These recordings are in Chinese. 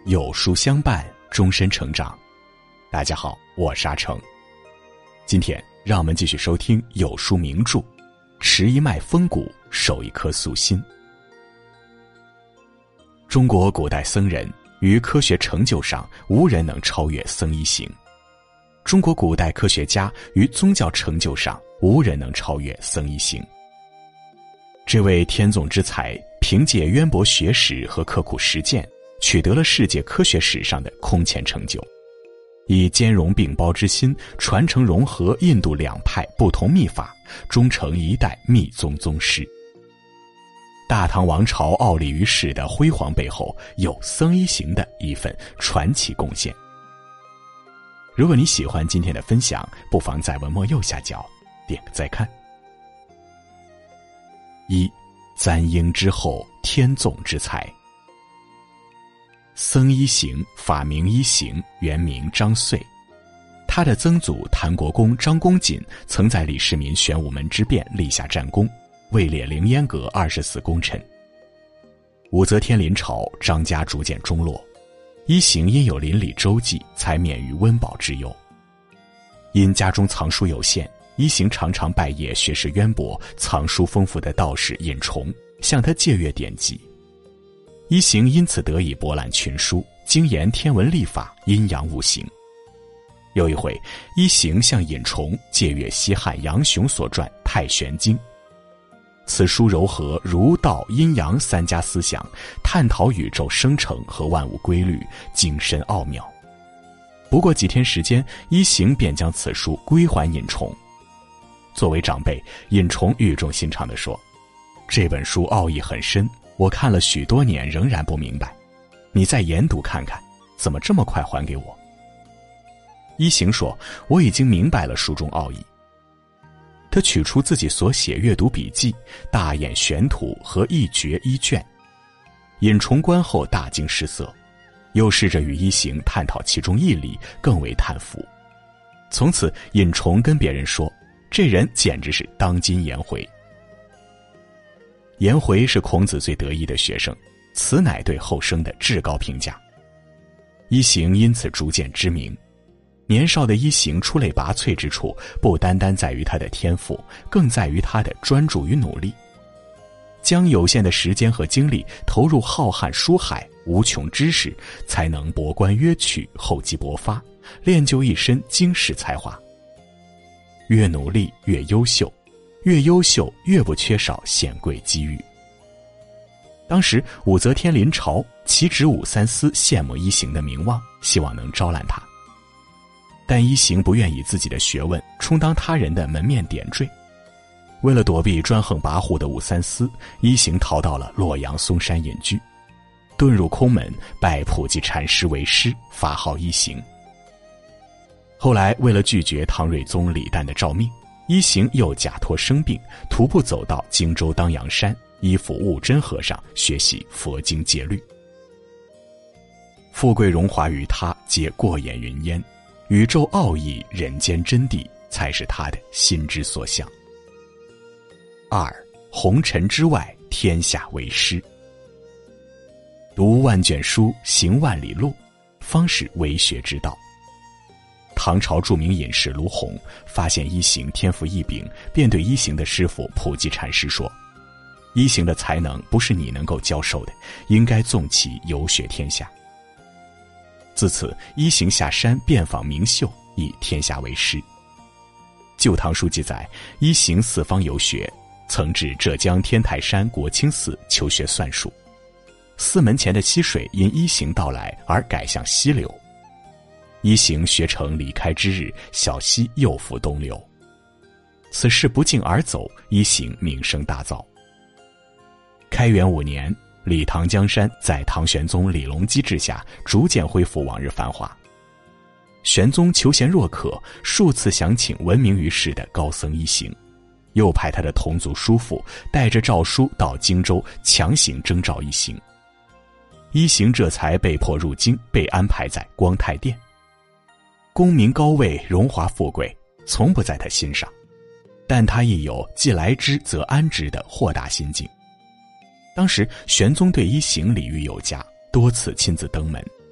有书相伴，终身成长。大家好，我是阿成。今天让我们继续收听有书名著，持一脉风骨，守一颗素心。中国古代僧人于科学成就上，无人能超越僧一行。中国古代科学家于宗教成就上，无人能超越僧一行。这位天纵之才，凭借渊博学识和刻苦实践，取得了世界科学史上的空前成就，以兼容并包之心，传承融合印度两派不同秘法，终成一代密宗宗师。大唐王朝傲立于世的辉煌背后，有僧一行的一份传奇贡献。如果你喜欢今天的分享，不妨在文末右下角点个再看。一，簪缨之后，天纵之才。僧一行法名一行，原名张遂。他的曾祖谭国公张公瑾曾在李世民玄武门之变立下战功，位列凌烟阁24功臣。武则天临朝，张家逐渐中落，一行因有邻里周济，才免于温饱之忧。因家中藏书有限，一行常常拜谒学识渊博、藏书丰富的道士尹崇，向他借阅典籍。一行因此得以博览群书，精研天文历法、阴阳五行。有一回，一行向尹崇借阅西汉杨雄所传《太玄经》，此书糅合儒道阴阳三家思想，探讨宇宙生成和万物规律，精深奥妙。不过几天时间，一行便将此书归还尹崇。作为长辈，尹崇语重心长地说：“这本书奥义很深，我看了许多年仍然不明白，你再研读看看，怎么这么快还给我？”一行说：“我已经明白了书中奥义。”他取出自己所写阅读笔记，大演玄图和一绝一卷。尹崇观后大惊失色，又试着与一行探讨其中义理，更为叹服。从此尹崇跟别人说，这人简直是当今颜回。颜回是孔子最得意的学生，此乃对后生的至高评价。一行因此逐渐知名。年少的一行出类拔萃之处，不单单在于他的天赋，更在于他的专注与努力。将有限的时间和精力投入浩瀚书海，无穷知识，才能博观约取，厚积薄发，练就一身惊世才华。越努力越优秀，越优秀越不缺少显贵机遇。当时武则天临朝，其侄武三思羡慕一行的名望，希望能招揽他。但一行不愿以自己的学问充当他人的门面点缀。为了躲避专横跋扈的武三思，一行逃到了洛阳嵩山隐居，遁入空门，拜普济禅师为师，法号一行。后来为了拒绝唐睿宗李旦的诏命，一行又假托生病，徒步走到荆州当阳山，依附悟真和尚学习佛经戒律。富贵荣华于他，皆过眼云烟，宇宙奥义，人间真谛，才是他的心之所向。二，红尘之外，天下为师。读万卷书，行万里路，方是为学之道。唐朝著名隐士卢洪发现一行天赋异禀，便对一行的师傅普济禅师说：“一行的才能不是你能够教授的，应该纵其游学天下。”自此，一行下山遍访名秀，以天下为师。《旧唐书》记载，一行四方游学，曾至浙江天台山国清寺求学算术。寺门前的溪水因一行到来而改向西流。一行学成离开之日，小溪又复东流。此事不胫而走，一行名声大噪。开元5年，李唐江山在唐玄宗李隆基治下逐渐恢复往日繁华。玄宗求贤若渴，数次想请闻名于世的高僧一行，又派他的同族叔父带着诏书到荆州强行征召一行。一行这才被迫入京，被安排在光泰殿。功名高位、荣华富贵从不在他心上，但他亦有既来之则安之的豁达心境。当时玄宗对一行礼遇有加，多次亲自登门，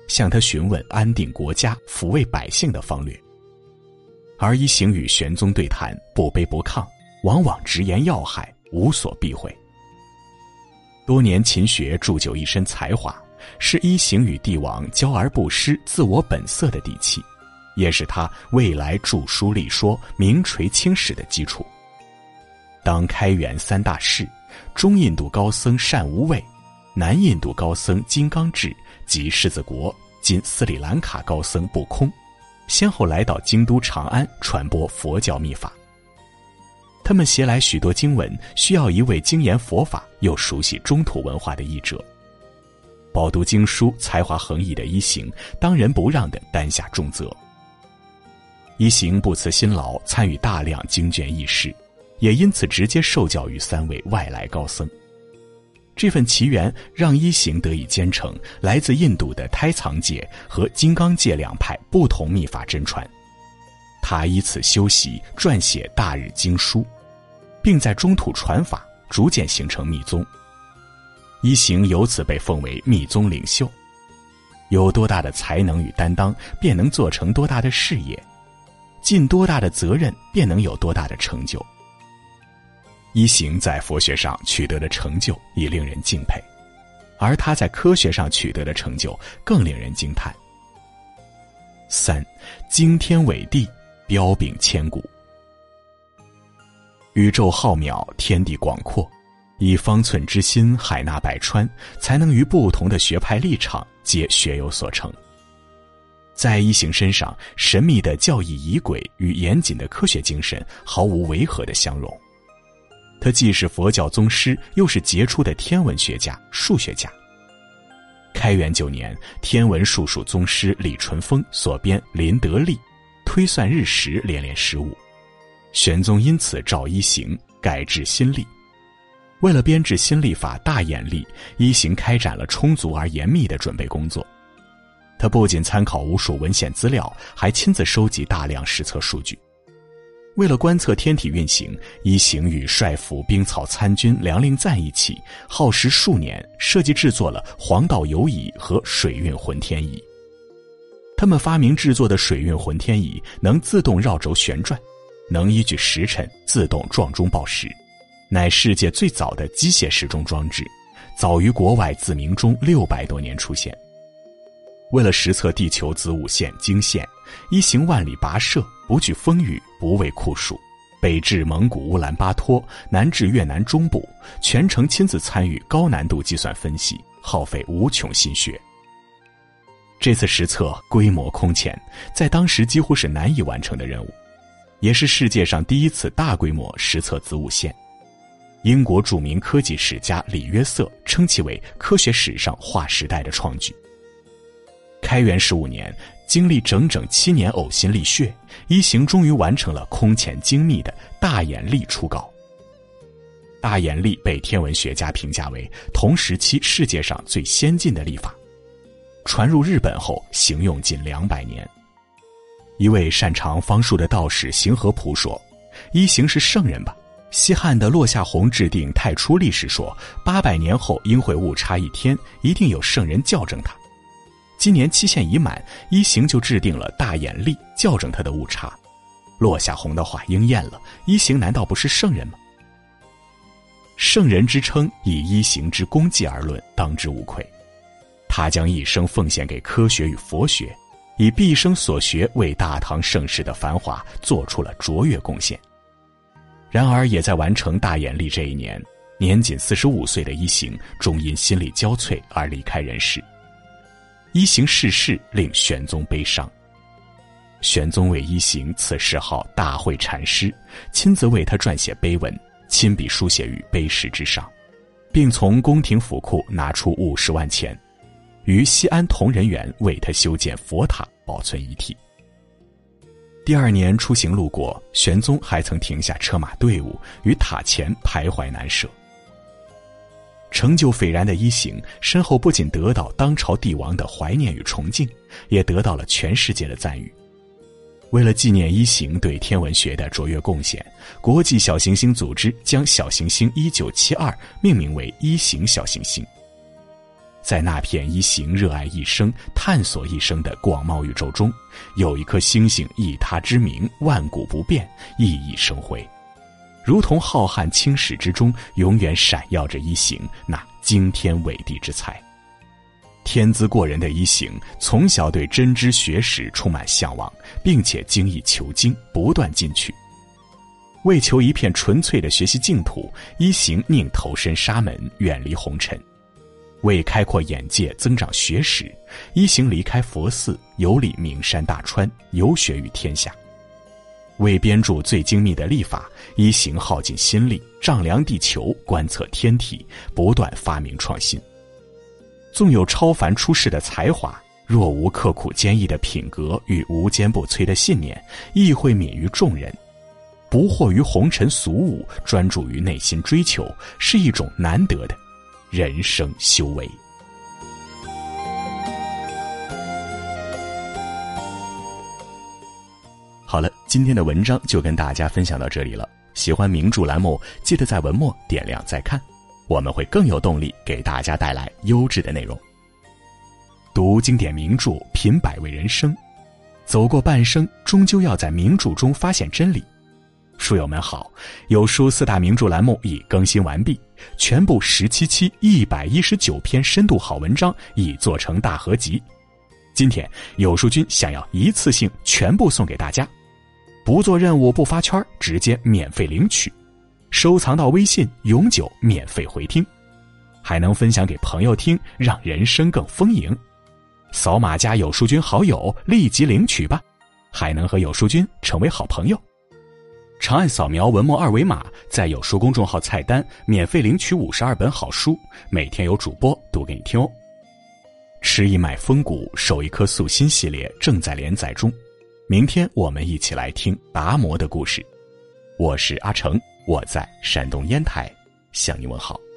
向他询问安定国家、抚慰百姓的方略。而一行与玄宗对谈，不卑不亢，往往直言要害，无所避讳。多年勤学铸就一身才华，是一行与帝王骄而不失自我本色的底气，也是他未来著书立说、名垂青史的基础。当开元三大士，中印度高僧善无畏，南印度高僧金刚智及狮子国今斯里兰卡高僧不空，先后来到京都长安传播佛教密法。他们携来许多经文，需要一位精研佛法又熟悉中土文化的译者。饱读经书、才华横溢的一行当仁不让地担下重责。一行不辞辛劳，参与大量经卷译释，也因此直接受教于3位外来高僧。这份奇缘让一行得以兼程来自印度的胎藏界和金刚界两派不同密法真传。他依此修习撰写大日经书，并在中土传法，逐渐形成密宗。一行由此被奉为密宗领袖，有多大的才能与担当，便能做成多大的事业，尽多大的责任，便能有多大的成就。一行在佛学上取得的成就已令人敬佩，而他在科学上取得的成就更令人惊叹。3. 惊天伟地，彪炳千古。宇宙浩渺，天地广阔，以方寸之心海纳百川，才能于不同的学派立场皆学有所成。在一行身上，神秘的教义仪轨与严谨的科学精神毫无违和的相融。他既是佛教宗师，又是杰出的天文学家、数学家。开元9年，天文术数宗师李淳风所编《林德历》，推算日时连连失误。玄宗因此诏一行改制新历。为了编制新历法大眼历，一行开展了充足而严密的准备工作。他不仅参考无数文献资料，还亲自收集大量实测数据。为了观测天体运行，一行与帅府兵草参军梁令赞一起，耗时数年，设计制作了黄道游仪和水运浑天仪。他们发明制作的水运浑天仪能自动绕轴旋转，能依据时辰自动撞钟报时，乃世界最早的机械时钟装置，早于国外自明钟600多年出现。为了实测地球子午线经线，一行万里跋涉，不惧风雨，不畏酷暑，北至蒙古乌兰巴托，南至越南中部，全程亲自参与高难度计算分析，耗费无穷心血。这次实测规模空前，在当时几乎是难以完成的任务，也是世界上第一次大规模实测子午线。英国著名科技史家李约瑟称其为科学史上划时代的创举。开元15年，经历整整7年呕心沥血，一行终于完成了空前精密的大眼历初稿。大眼历被天文学家评价为同时期世界上最先进的历法，传入日本后行用近200年。一位擅长方术的道士行和卜说：“一行是圣人吧？西汉的落下闳制定太初历时说，800年后应会误差1天，一定有圣人校正他。今年期限已满，一行就制定了大眼历，校正他的误差。落下闳的话应验了，一行难道不是圣人吗？圣人之称以一行之功绩而论，当之无愧。他将一生奉献给科学与佛学，以毕生所学为大唐盛世的繁华做出了卓越贡献。然而也在完成大眼历这一年，年仅45岁的一行终因心力交瘁而离开人世。一行逝世令玄宗悲伤，玄宗为一行赐谥号大慧禅师，亲自为他撰写碑文，亲笔书写于碑石之上，并从宫廷府库拿出50万钱，于西安同仁园为他修建佛塔，保存遗体。第2年出行路过，玄宗还曾停下车马队伍，于塔前徘徊难舍。成就斐然的一行，身后不仅得到当朝帝王的怀念与崇敬，也得到了全世界的赞誉。为了纪念一行对天文学的卓越贡献，国际小行星组织将小行星1972命名为一行小行星。 在那片一行热爱一生、探索一生的广袤宇宙中，有一颗星星以它之名，万古不变，熠熠生辉，如同浩瀚青史之中永远闪耀着一行那惊天伟地之才。天资过人的一行从小对真知学识充满向往，并且精益求精，不断进取。为求一片纯粹的学习净土，一行宁投身沙门，远离红尘。为开阔眼界，增长学识，一行离开佛寺，游历名山大川，游学于天下。为编著最精密的历法，一行耗尽心力，丈量地球，观测天体，不断发明创新。纵有超凡出世的才华，若无刻苦坚毅的品格与无坚不摧的信念，亦会泯于众人。不惑于红尘俗物，专注于内心追求，是一种难得的人生修为。好了，今天的文章就跟大家分享到这里了。喜欢名著栏目，记得在文末点亮再看，我们会更有动力给大家带来优质的内容。读经典名著，品百味人生，走过半生，终究要在名著中发现真理。书友们好，有书4大名著栏目已更新完毕，全部17期119篇深度好文章已做成大合集。今天有书君想要一次性全部送给大家，不做任务不发圈，直接免费领取，收藏到微信，永久免费回听，还能分享给朋友听，让人生更丰盈。扫码加有书君好友，立即领取吧，还能和有书君成为好朋友。长按扫描文末2维码，在有书公众号菜单免费领取52本好书，每天有主播读给你听哦。吃一脉风骨，守一颗素心系列正在连载中，明天我们一起来听达摩的故事。我是阿成，我在山东烟台向你问好。